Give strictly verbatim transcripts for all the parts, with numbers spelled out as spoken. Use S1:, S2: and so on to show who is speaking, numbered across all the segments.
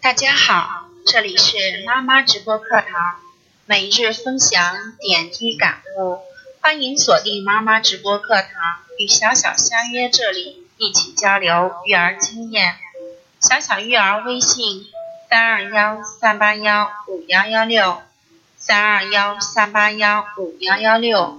S1: 大家好，这里是妈妈直播课堂，每日分享点滴感悟，欢迎锁定妈妈直播课堂，与小小相约这里，一起交流育儿经验。小小育儿微信三二幺三八幺五幺幺六三二幺三八幺五幺幺六。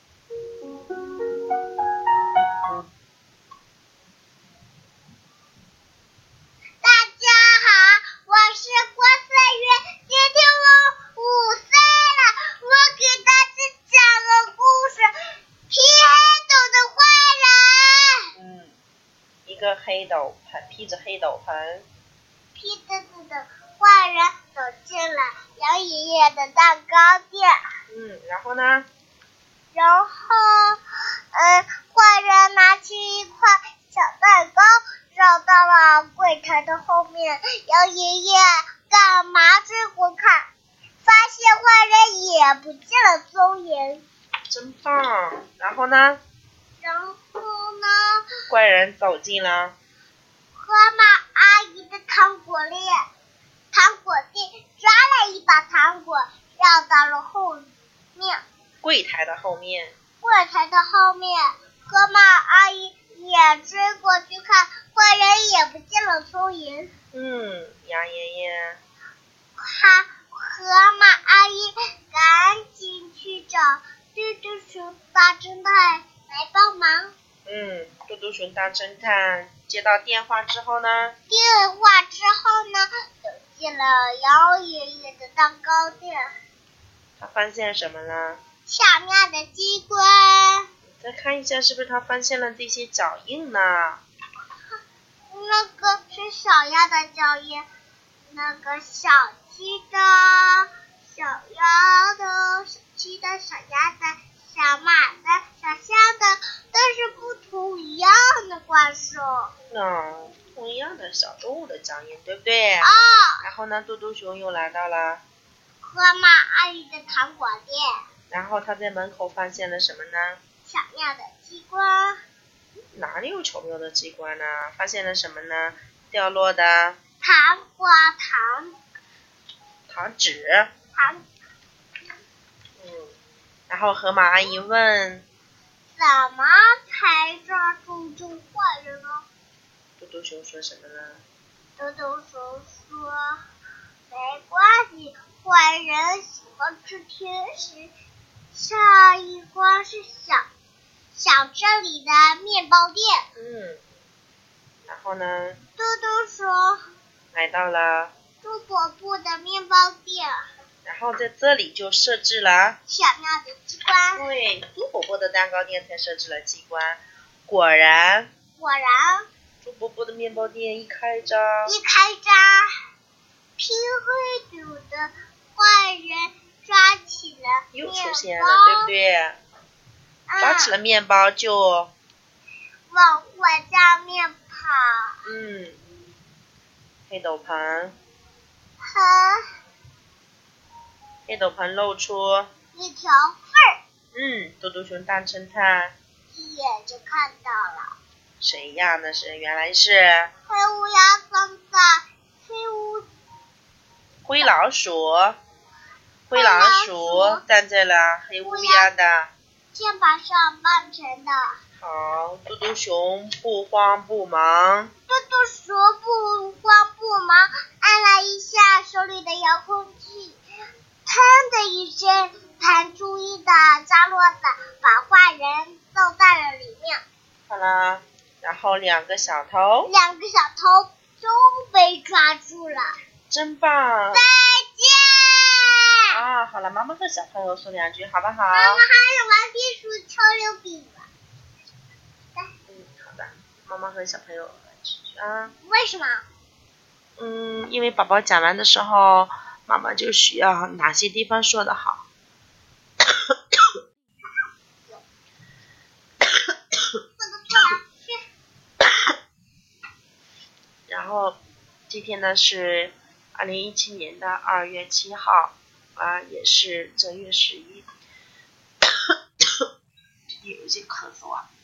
S1: 一个黑斗篷，披着黑斗篷，
S2: 披着子的坏人走进了杨爷爷的蛋糕店。
S1: 嗯，然后呢？
S2: 然后，嗯，坏人拿起一块小蛋糕，绕到了柜台的后面。杨爷爷赶忙追过看，发现坏人也不见了踪影。
S1: 真棒！然后呢？
S2: 然后呢？
S1: 怪人走进了
S2: 河马阿姨的糖果店，糖果店抓了一把糖果，绕到了后面，
S1: 柜台的后面。
S2: 柜台的后面，河马阿姨也追过去看，坏人也不见了踪影。
S1: 嗯，杨爷爷，
S2: 哈，河马阿姨赶紧去找嘟嘟熊大侦探来帮忙。
S1: 嗯，嘟嘟熊大侦探接到电话之后呢？
S2: 电话之后呢，走进了杨爷爷的蛋糕店。
S1: 他发现什么了？
S2: 巧妙的机关。
S1: 再看一下，是不是他发现了这些脚印呢？
S2: 那个是小鸭的脚印，那个小鸡的、小鸭的、小鸡的、小鸭的、小马的、小象的，都是不同一样的怪兽。
S1: 嗯，不一样的小动物的脚印，对不对？
S2: 哦。
S1: 然后呢，嘟嘟熊又来到了
S2: 河马阿姨的糖果店。
S1: 然后他在门口发现了什么呢？
S2: 巧妙的机关。
S1: 哪里有巧妙的机关呢？发现了什么呢？掉落的
S2: 糖果糖
S1: 糖纸。
S2: 糖。
S1: 嗯，然后河马阿姨问：
S2: 怎么才抓住这坏人呢？
S1: 嘟嘟熊说什么呢？
S2: 嘟嘟熊说：没关系，坏人喜欢吃甜食。下一关是小小镇里的面包店。
S1: 嗯，然后呢？
S2: 嘟嘟熊
S1: 来到了
S2: 猪伯伯的面包店。
S1: 然后在这里就设置了
S2: 巧妙的机关。
S1: 对，猪伯伯的蛋糕店才设置了机关。果然，
S2: 果然，
S1: 猪伯伯的面包店一开张，
S2: 一开张，拼黑组的坏人抓起了
S1: 又
S2: 面包，
S1: 出现了，对不对？
S2: 嗯、
S1: 抓起了面包就
S2: 往回家面跑。
S1: 嗯，黑斗篷，
S2: 和
S1: 黑斗篷露出
S2: 一条缝儿。
S1: 嗯，嘟嘟熊大侦探
S2: 一眼就看到了。
S1: 谁呀？那是原来是
S2: 黑乌鸦站在黑乌
S1: 灰老鼠，灰老鼠站在了黑乌鸦的
S2: 肩膀上扮成的。
S1: 好，嘟嘟熊不慌不忙。
S2: 嘟嘟熊不慌不忙，按了一下手里的遥控器，砰的一声弹出一打扎落的，把坏人揍在了里面。
S1: 好啦，然后两个小偷，
S2: 两个小偷都被抓住了。
S1: 真棒！
S2: 再见。
S1: 啊，好了，妈妈和小朋友说两句好不好？
S2: 妈妈还有顽皮鼠抽溜饼了。
S1: 嗯，好的，妈妈和小朋友啊。
S2: 为什么？
S1: 嗯，因为宝宝讲完的时候，妈妈就需要哪些地方说的好。然后今天呢是二零一七年的二月七号啊，也是正月十一，也有些咳嗽啊。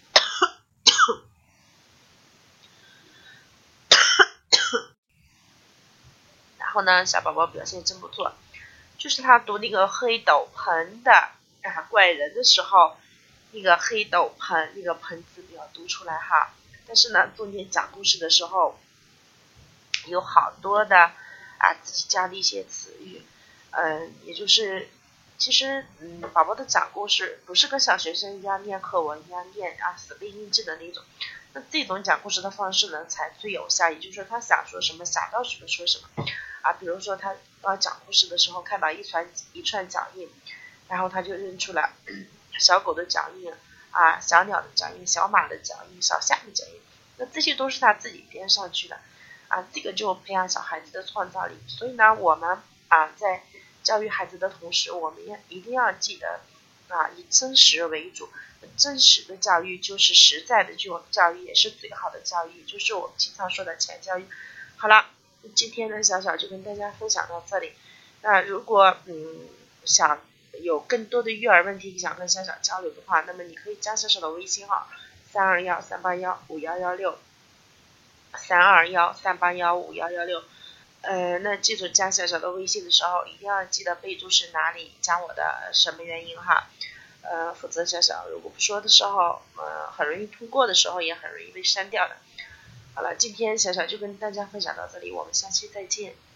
S3: 后呢，小宝宝表现真不错，就是他读那个黑斗篷的啊怪人的时候，那个黑斗篷那个盆字没有读出来哈，但是呢，中间讲故事的时候，有好多的啊自己加的一些词语，嗯，也就是其实嗯，宝宝的讲故事不是跟小学生一样念课文一样念啊死背硬记的那种。那这种讲故事的方式呢，才最有效，也就是说他想说什么想到什么说什么啊。比如说他刚讲故事的时候看到一串一串脚印，然后他就认出了小狗的脚印啊，小鸟的脚印，小马的脚印，小象的脚印，那这些都是他自己编上去的啊。这个就培养小孩子的创造力。所以呢，我们啊在教育孩子的同时，我们也一定要记得啊，以真实为主。真实的教育就是实在的教育，也是最好的教育，就是我们经常说的前教育。好了，今天呢，小小就跟大家分享到这里。那如果嗯想有更多的育儿问题想跟小小交流的话，那么你可以加小小的微信号三二幺三八幺五幺幺六三二幺三八幺五幺幺六。呃，那记住加小小的微信的时候，一定要记得备注是哪里，加我的什么原因哈。呃，否则小小如果不说的时候，呃，很容易通过的时候也很容易被删掉的。好了，今天小小就跟大家分享到这里，我们下期再见。